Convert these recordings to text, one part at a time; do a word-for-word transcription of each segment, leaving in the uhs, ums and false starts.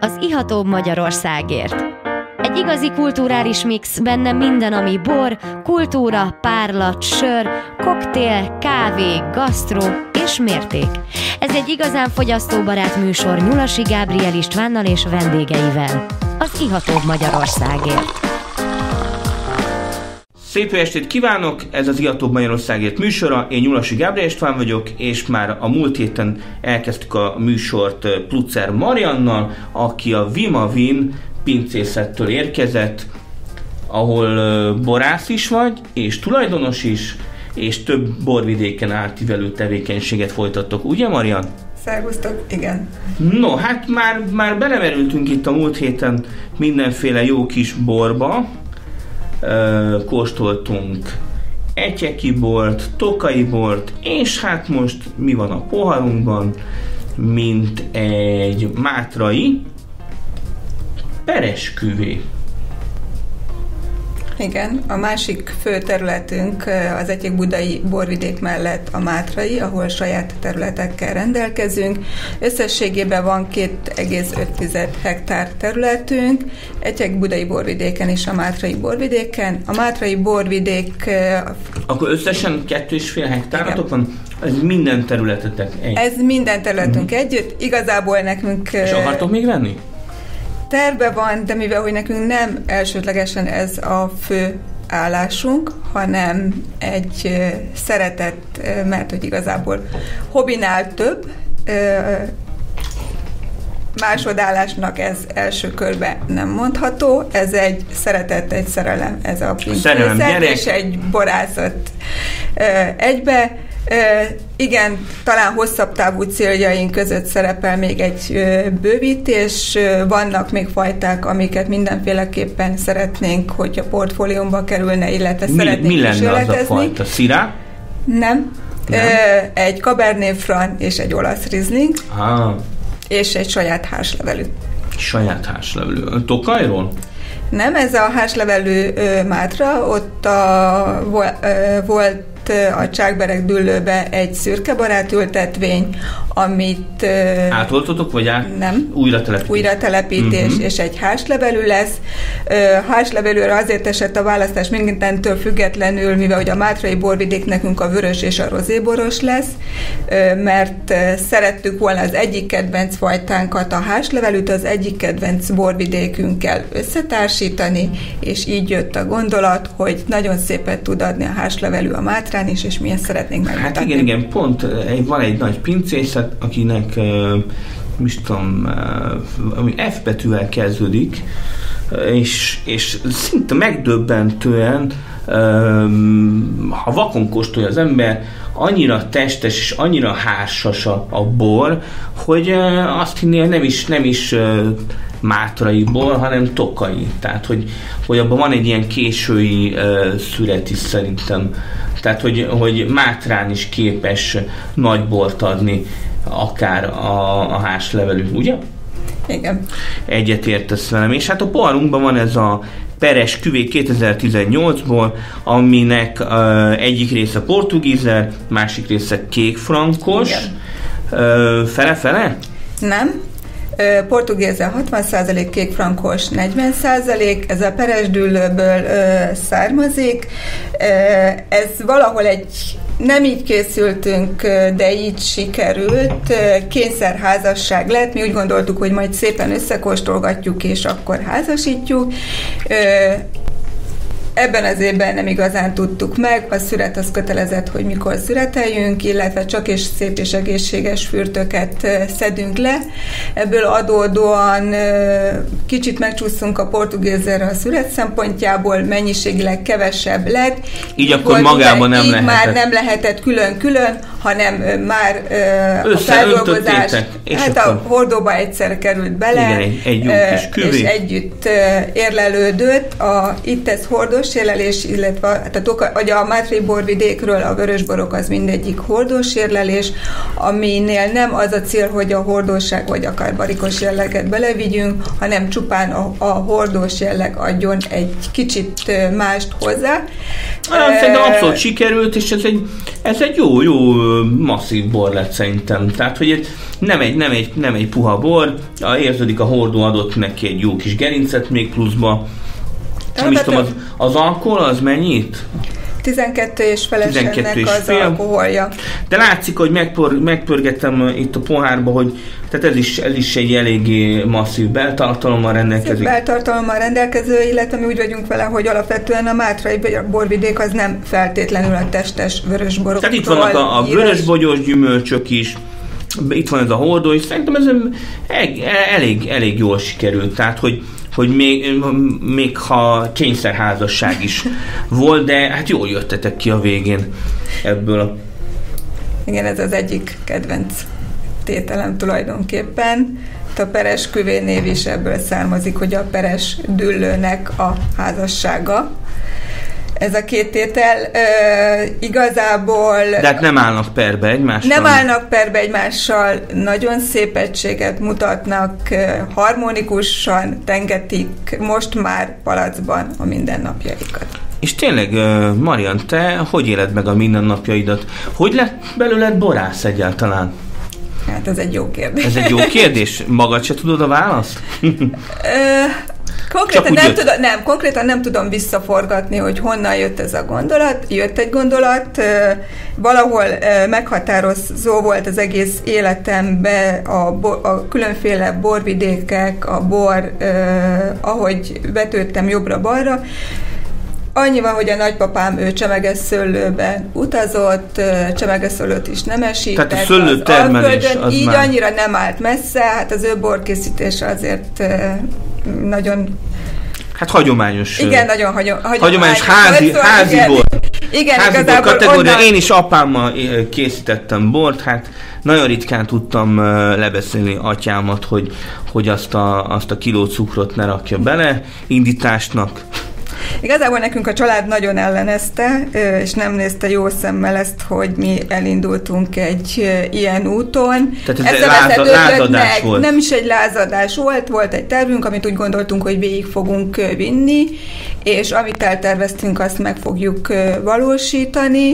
az ihatóbb Magyarországért. Egy igazi kulturális mix, benne minden, ami bor, kultúra, párlat, sör, koktél, kávé, gasztró és mérték. Ez egy igazán fogyasztóbarát műsor Nyulasi Gábriel Istvánnal és vendégeivel. Az ihatóbb Magyarországért. Szép jó estét kívánok! Ez az Ihatóbb Magyarországért műsora. Én Nyulasi Gábriel István vagyok, és már a múlt héten elkezdtük a műsort Plucer Mariannal, aki a Vimavin pincészettől érkezett, ahol borász is vagy, és tulajdonos is, és több borvidéken átívelő tevékenységet folytattok, ugye Marian? Szervusztok, igen. No, hát már, már belemerültünk itt a múlt héten mindenféle jó kis borba. Kóstoltunk etyeki bort, tokai bort, és hát most mi van a poharunkban, mint egy mátrai peres küvé. Igen, a másik fő területünk az Egyek-Budai borvidék mellett a mátrai, ahol saját területekkel rendelkezünk. Összességében van két egész öt hektár területünk, Egyek-Budai borvidéken és a mátrai borvidéken. A mátrai borvidék... Akkor összesen kettő és fél hektáratok van? Ez minden területetek egy? Ez minden területünk mm. együtt. Igazából nekünk... És akartok még venni? Terve van, de mivel hogy nekünk nem elsődlegesen ez a fő állásunk, hanem egy szeretett, mert hogy igazából hobbinál több, másodállásnak ez első körben nem mondható, ez egy szeretet, egy szerelem, ez a pincészet, és egy borászat egybe. Uh, igen, talán hosszabb távú céljaink között szerepel még egy uh, bővítés, uh, vannak még fajták, amiket mindenféleképpen szeretnénk, hogyha portfóliómba kerülne, illetve mi, szeretnénk mi lenne kísérletezni. Az a fajta? Szirá? Nem. Nem. Uh, egy Cabernet Franc és egy olasz Riesling, ah. és egy saját hárslevelű. Saját hárslevelű. Tokajról? Nem, ez a hárslevelű uh, mátra, ott a, uh, volt a Csákbereg Düllőbe egy szürkebarát ültetvény, amit... Átoltotok, vagy át? Nem. Újratelepítés. Újratelepítés, uh-huh. és egy hárslevelű lesz. Hárslevelőre azért esett a választás mindentől függetlenül, mivel hogy a mátrai borvidék nekünk a vörös és a rozéboros lesz, mert szerettük volna az egyik kedvenc fajtánkat, a hárslevelűt az egyik kedvenc borvidékünkkel összetársítani, és így jött a gondolat, hogy nagyon szépen tud adni a hárslevelű a mátrán is, és mi ezt szeretnénk megmutatni. Hát igen, igen, pont van egy nagy pincészet, akinek mi is tudom, ami F betűvel kezdődik, és, és szinte megdöbbentően, ha vakon kóstolja az ember, annyira testes és annyira hársas a, a bor, hogy azt hinné, nem is, nem is mátrai bor, hanem tokai. Tehát, hogy, hogy abban van egy ilyen késői szület is szerintem. Tehát, hogy, hogy mátrán is képes nagy bort adni, akár a, a hárslevelű, ugye? Igen. Egyetértesz velem. És hát a poharunkban van ez a peres küvé kétezer-tizennyolcból, aminek uh, egyik része portugízer, másik része kékfrankos. Uh, fele-fele? Nem. Portugézzel hatvan százalék, kékfrankos negyven százalék, ez a peres düllőből ö, származik. Ez valahol egy, nem így készültünk, de így sikerült, kényszerházasság lett. Mi úgy gondoltuk, hogy majd szépen összekóstolgatjuk, és akkor házasítjuk. Ebben az évben nem igazán tudtuk meg, a szüret az kötelezett, hogy mikor szüreteljünk, illetve csak és szép és egészséges fürtöket szedünk le. Ebből adódóan kicsit megcsúszunk a portugézerre a szüret szempontjából, mennyiségileg kevesebb lett. Így akkor magában nem lehetett. Már nem lehetett külön-külön, hanem már a feldolgozás, hát a hordóba egyszer került bele, igen, egy, egy jó kis küvé, és együtt érlelődött. A, itt ez hordós érlelés, illetve hát a, toka, a mátrai borvidékről a vörösborok az mindegyik hordós érlelés, aminél nem az a cél, hogy a hordóság vagy akár barikos jelleget belevigyünk, hanem csupán a, a hordós jelleg adjon egy kicsit mást hozzá. Hát, szerintem abszolút sikerült, és ez egy, ez egy jó, jó masszív bor lett szerintem. Tehát, hogy nem egy, nem egy, nem egy puha bor, érződik a hordó adott neki egy jó kis gerincet még pluszba. Nem is tudom, az, az alkohol az mennyit? tizenkettő és feles ennek az alkoholja. De látszik, hogy megpor, megpörgettem itt a pohárba, hogy tehát ez is, ez is egy eléggé masszív beltartalommal rendelkezik. Beltartalommal rendelkező, illetve mi úgy vagyunk vele, hogy alapvetően a mátrai borvidék az nem feltétlenül a testes vörösboroktól. Tehát itt vannak a, a vörösbogyós gyümölcsök is, itt van ez a hordó, és szerintem ez elég, elég jól sikerült. Tehát, hogy hogy még, még ha kényszerházasság is volt, de hát jól jöttetek ki a végén ebből. A... Igen, ez az egyik kedvenc tételem tulajdonképpen. A Peres Küvé név is ebből származik, hogy a Peres Düllőnek a házassága. Ez a két tétel uh, igazából... De hát nem állnak perbe egymással. Nem állnak perbe egymással, nagyon szép egységet mutatnak, uh, harmonikusan tengetik most már palacban a mindennapjaikat. És tényleg, uh, Marian, te hogy éled meg a mindennapjaidat? Hogy lett belőled borász egyáltalán? Hát ez egy jó kérdés. Ez egy jó kérdés? Magad se tudod a választ? uh, Konkrétan nem, tudom, nem, konkrétan nem tudom visszaforgatni, hogy honnan jött ez a gondolat. Jött egy gondolat, valahol meghatározó volt az egész életemben a, a különféle borvidékek, a bor, ahogy vetődtem jobbra-balra. Annyi van, hogy a nagypapám ő csemegeszőlőben utazott, csemegeszőlőt is nemesített. Tehát a szőlőtermelés az így már... annyira nem állt messze, hát az ő borkészítése azért nagyon... Hát hagyományos. Igen, nagyon hagyom, hagyományos. Hagyományos házi, szóval, házi igen, bor. Igen, házi igazából bor kategória. onnan... Én is apámmal készítettem bort, hát nagyon ritkán tudtam lebeszélni atyámat, hogy, hogy azt, a, azt a kiló cukrot ne rakja bele indításnak. Igazából nekünk a család nagyon ellenezte, és nem nézte jó szemmel ezt, hogy mi elindultunk egy ilyen úton. Tehát ez egy láza, lázadás volt. Nem is egy lázadás volt, volt egy tervünk, amit úgy gondoltunk, hogy végig fogunk vinni, és amit elterveztünk, azt meg fogjuk valósítani.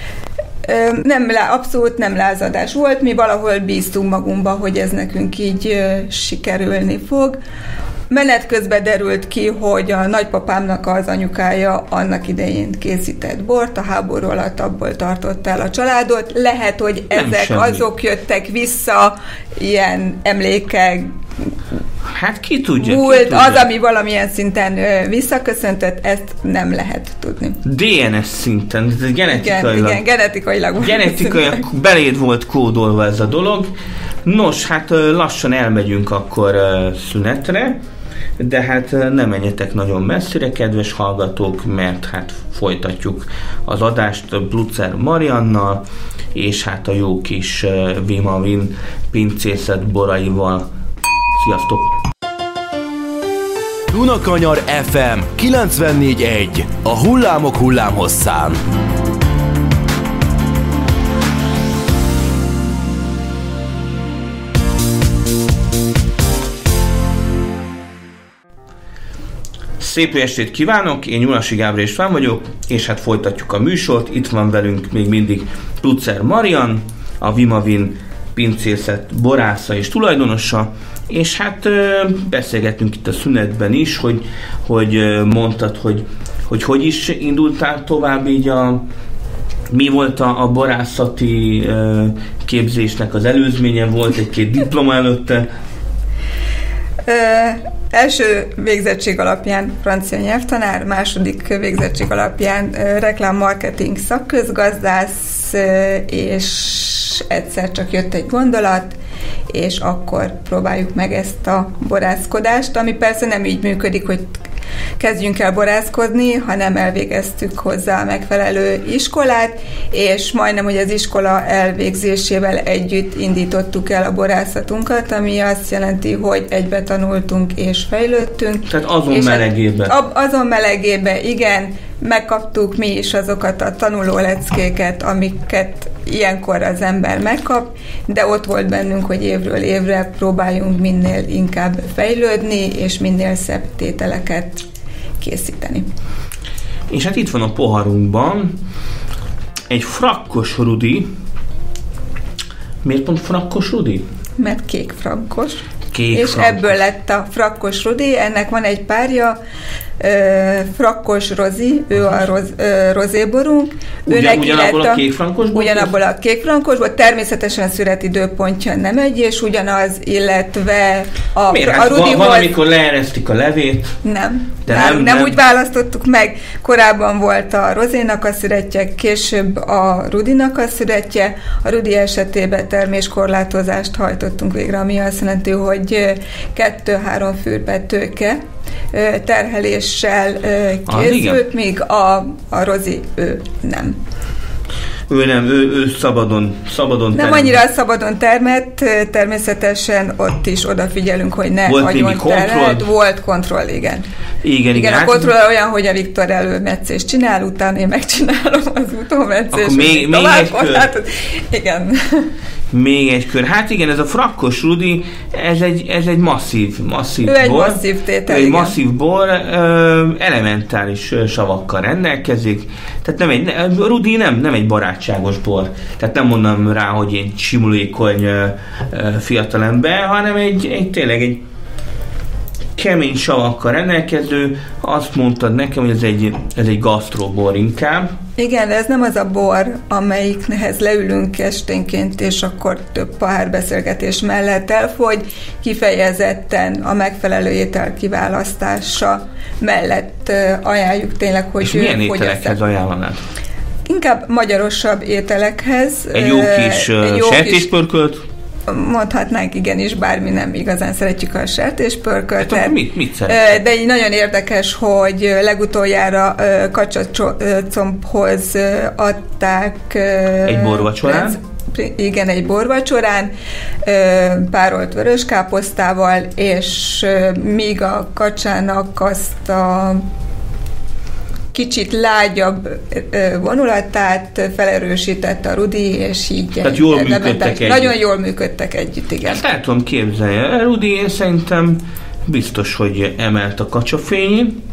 Nem, abszolút nem lázadás volt, mi valahol bíztunk magunkba, hogy ez nekünk így sikerülni fog. Menet közben derült ki, hogy a nagypapámnak az anyukája annak idején készített bort, a háború alatt abból tartott el a családot. Lehet, hogy ezek azok jöttek vissza, ilyen emlékek, hát ki tudja, múlt, ki tudja. Az, ami valamilyen szinten visszaköszöntött, ezt nem lehet tudni. dé en es szinten, ez genetikailag. Igen, igen, genetikailag. Genetikailag beléd volt kódolva ez a dolog. Nos, hát lassan elmegyünk akkor szünetre, de hát nem menjetek nagyon messzire, kedves hallgatók, mert hát folytatjuk az adást Blutzer Mariannal, és hát a jó kis Vimavin pincészet boraival. Sziasztok! Dunakanyar ef em kilencvennégy egy, a hullámok hullámhosszán. Szép estét kívánok, én Nyulasi Gábor és Fán vagyok, és hát folytatjuk a műsort. Itt van velünk még mindig Blutzer Marian, a Vimavin pincészet borásza és tulajdonosa, és hát beszélgettünk itt a szünetben is, hogy, hogy mondtad, hogy, hogy hogy is indultál tovább így a mi volt a, a borászati képzésnek az előzménye, volt egy-két diploma előtte? Első végzettség alapján francia nyelvtanár, második végzettség alapján reklámmarketing szakközgazdász, és egyszer csak jött egy gondolat, és akkor próbáljuk meg ezt a borászkodást, ami persze nem így működik, hogy kezdjünk el borászkodni, hanem elvégeztük hozzá a megfelelő iskolát, és majdnem, hogy az iskola elvégzésével együtt indítottuk el a borászatunkat, ami azt jelenti, hogy egybe tanultunk és fejlődtünk. Tehát azon és melegébe. Azon melegébe, igen, megkaptuk mi is azokat a tanuló leckéket, amiket ilyenkor az ember megkap, de ott volt bennünk, hogy évről évre próbáljunk minél inkább fejlődni, és minél szebb tételeket készíteni. És hát itt van a poharunkban egy frakkos rudi, Miért pont frakkos rudi? Mert kék frakkos. Kék és frakkos. Ebből lett a frakkos rudi, ennek van egy párja, Frakkos Rozi, ő a roz, ö, rozéborunk. Ugyan, ugyanabból a kék frankosból? Ugyanabból a kék frankosból, természetesen születidőpontja nem egy, és ugyanaz, illetve a, Miért? a Hát Rudihoz... valamikor leeresztik a levét. Nem. De nem, nem, nem, nem úgy választottuk meg. Korábban volt a Rozénak a szüretje, később a Rudinak a szüretje. A Rudi esetében terméskorlátozást hajtottunk végre, ami azt jelenti, hogy kettő-három fürbe tőke terheléssel készült, míg a, a Rozi ő nem. Ő nem, ő, ő szabadon, szabadon Nem termelt. annyira szabadon termett, természetesen ott is odafigyelünk, hogy ne Volt némi kontroll? Volt kontroll, igen. Igen, igen. Igen, hát a kontroll olyan, hogy a Viktor előmetszést csinál, utána én megcsinálom az utómetszést. Akkor még, még egy kör. Hát, igen. Még egy kör. Hát igen, ez a frakkos rudi, ez egy, ez egy masszív, masszív ő bor. egy masszív tétel, Ő egy igen. masszív bor, ö, elementáris savakkal rendelkezik. Tehát nem egy, a rudi nem, nem egy barátságos bor. Tehát nem mondom rá, hogy egy simulékony ö, ö, fiatalember, hanem egy, egy tényleg egy kemény savakkal rendelkező. Azt mondtad nekem, hogy ez egy, ez egy gasztróbor inkább. Igen, de ez nem az a bor, amelyiknehez leülünk esténként, és akkor több pohár beszélgetés mellett elfogy, kifejezetten a megfelelő étel kiválasztása mellett ajánljuk tényleg, hogy és milyen ételekhez ajánlanád? Inkább magyarosabb ételekhez. Egy jó kis sertéspörkölt? Mondhatnánk igenis, bármi, nem igazán szeretjük a sertéspörköltet. Hát mit, mit szeretjük? De egy nagyon érdekes, hogy legutoljára kacsacombhoz adták... Egy borvacsorán? Igen, egy borvacsorán, párolt vöröskáposztával, és míg a kacsának azt a kicsit lágyabb vonulatát felerősítette a Rudi, és így... Tehát jól működtek együtt. Nagyon jól működtek együtt, igen. Ezt el tudom képzelni. A Rudi, én szerintem biztos, hogy emelt a kacsafényén.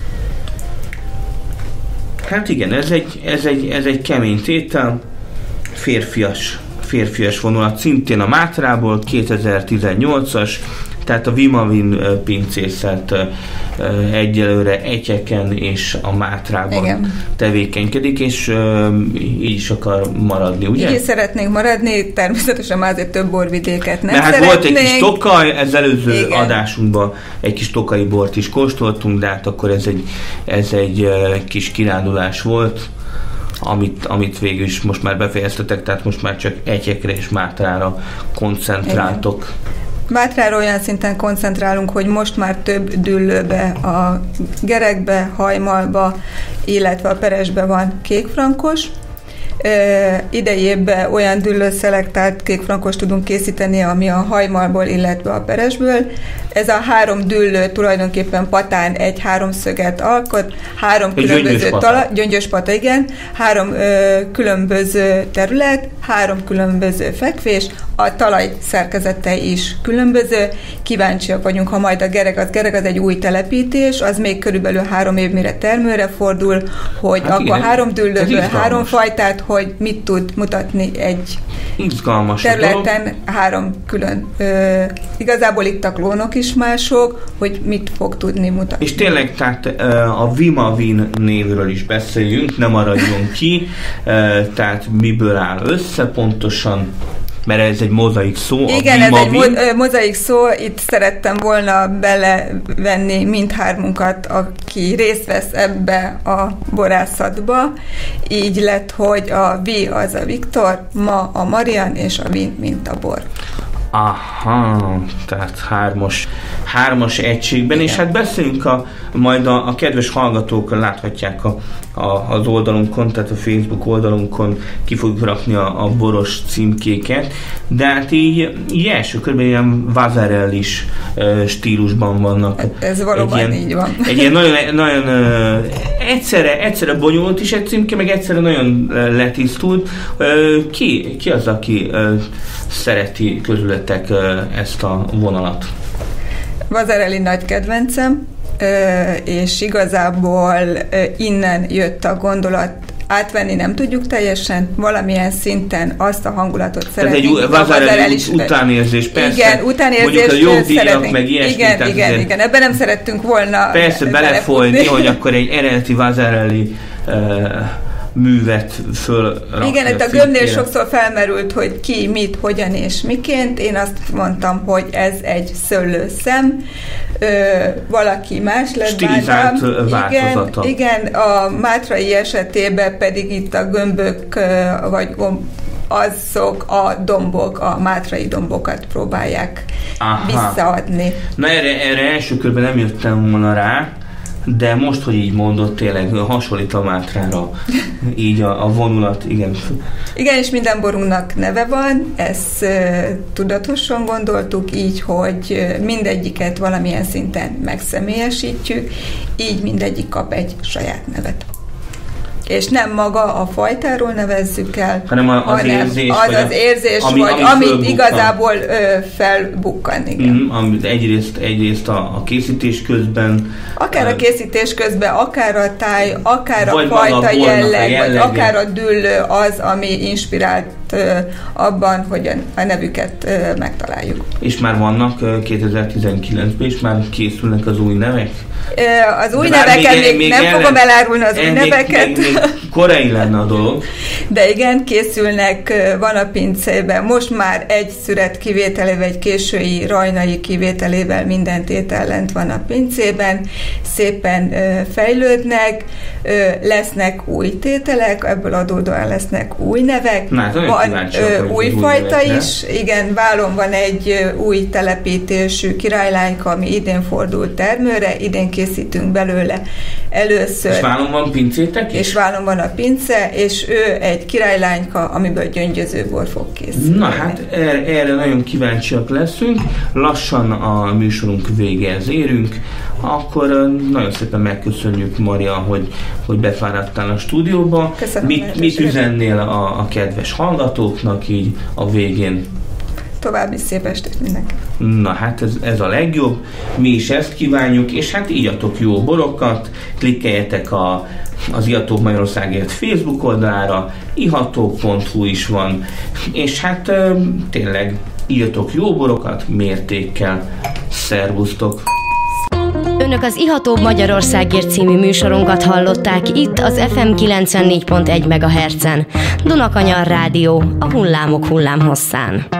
Hát igen, ez egy, ez egy, ez egy kemény tétel, férfias, férfias vonulat, szintén a Mátrából, kétezer-tizennyolcas, tehát a Vimavin pincészet egyelőre Egyeken és a Mátrában igen. tevékenykedik, és így is akar maradni, ugye? Így is szeretnénk maradni, természetesen már azért több borvidéket nem hát szeretnénk. Volt egy kis tokaj, ez előző igen. adásunkban egy kis tokai bort is kóstoltunk, de hát akkor ez egy, ez egy kis kirándulás volt, amit, amit végül is most már befejeztetek, tehát most már csak Egyekre és Mátrára koncentráltok. Igen. Mátrára olyan szinten koncentrálunk, hogy most már több düllőbe, a gerekbe, hajmalba, illetve a peresbe van kékfrankos. E, idejében olyan düllőszelektált kékfrankos tudunk készíteni, ami a hajmalból, illetve a peresből. Ez a három düllő tulajdonképpen patán egy háromszöget alkot, három egy különböző talaj, gyöngyös pata, igen, három ö, különböző terület, három különböző fekvés, a talaj szerkezete is különböző. Kíváncsiak vagyunk, ha majd a gereg, az gereg az egy új telepítés, az még körülbelül három év mire termőre fordul, hogy hát akkor igen, három düllőből három fajtát, hogy mit tud mutatni egy izgalmas területen, dolog. Három külön. Ö, igazából itt a klónok is mások, hogy mit fog tudni mutatni. És tényleg, tehát a Vimavin névről is beszéljünk, nem maradjunk ki, tehát miből áll össze pontosan, mert ez egy mozaik szó. Igen, ez egy mo- mozaik szó, itt szerettem volna belevenni mindhármunkat, aki részt vesz ebbe a borászatba. Így lett, hogy a Vi az a Viktor, Ma a Marian, és a Vi mint a bor. Aha, tehát hármas, hármas egységben, igen. És hát beszéljünk a, majd a, a kedves hallgatók láthatják a, a, az oldalunkon, tehát a Facebook oldalunkon ki fogjuk rakni a, a boros címkéket, de hát így, így első körben ilyen Vazarellis uh, stílusban vannak. Ez valóban ilyen, így van. Egy ilyen nagyon, nagyon uh, egyszerre, egyszerre bonyolult is egy címke, meg egyszerre nagyon uh, letisztult. Uh, ki, ki az, aki uh, szereti közületek uh, ezt a vonalat? Vazarelli nagy kedvencem, és igazából innen jött a gondolat átvenni nem tudjuk teljesen, valamilyen szinten azt a hangulatot szeretnénk. Ez egy vazárelli utánérzés, persze. Igen, utánérzést mondjuk a jogdíjak, meg ilyesmi. Igen, igen, igen, ebben nem szerettünk volna persze belefolyni, hogy akkor egy eredeti vazárelli uh, művet fölrakja. Igen, itt a gömbnél sokszor felmerült, hogy ki, mit, hogyan és miként. Én azt mondtam, hogy ez egy szőlőszem, Ö, valaki más lett. Stilizált változata. Igen, igen, a mátrai esetében pedig itt a gömbök, vagy gomb, azok a dombok, a mátrai dombokat próbálják Aha. visszaadni. Na erre, erre első körben nem jöttem volna rá, de most, hogy így mondott, tényleg hasonlít a Mátrára, így a, a vonulat, igen. Igen, és minden borunknak neve van, ezt e, tudatosan gondoltuk így, hogy mindegyiket valamilyen szinten megszemélyesítjük, így mindegyik kap egy saját nevet. És nem maga a fajtáról nevezzük el, hanem az hanem érzés, az az érzés, ami, vagy ami amit igazából ö, felbukkan. Igen. Mm, amit egyrészt, egyrészt a, a készítés közben. Akár a készítés közben, akár a táj, akár a fajta jelleg, a vagy akár a düllő az, ami inspirált ö, abban, hogy a, a nevüket ö, megtaláljuk. És már vannak kétezer-tizenkilencben, és már készülnek az új nevek? Az új de neveket még, még nem el, fogom elárulni az új neveket. Még, még korai lenne a dolog. De igen, készülnek, van a pincében. Most már egy szüret kivételével, egy késői rajnai kivételével minden tétel lent van a pincében. Szépen fejlődnek, lesznek új tételek, ebből adódóan lesznek új nevek. Na, van új fajta is. Igen, Válon van egy új telepítésű királylányka, ami idén fordult termőre, idén készítünk belőle először. És Válon van pincétek is? És Válon van a pince, és ő egy királylányka, amiből gyöngyözőbor fog készülni. Na hát erre, erre nagyon kíváncsiak leszünk. Lassan a műsorunk végéhez érünk. Akkor nagyon szépen megköszönjük, Maria, hogy, hogy befáradtál a stúdióba. Köszönöm. Mit, mit üzennél a, a kedves hallgatóknak így a végén? További szép estét mindenkinek. Na hát ez, ez a legjobb, mi is ezt kívánjuk, és hát igyatok jó borokat, klikkeljetek a, az Ihatók Magyarországért Facebook oldalára, ihatók pont hu is van, és hát tényleg igyatok jó borokat mértékkel. Szervusztok! Önök az Ihatóbb Magyarországért című műsorunkat hallották itt az ef em kilencvennégy pont egy megahertzen. Dunakanyar Rádió, a hullámok hullámhosszán.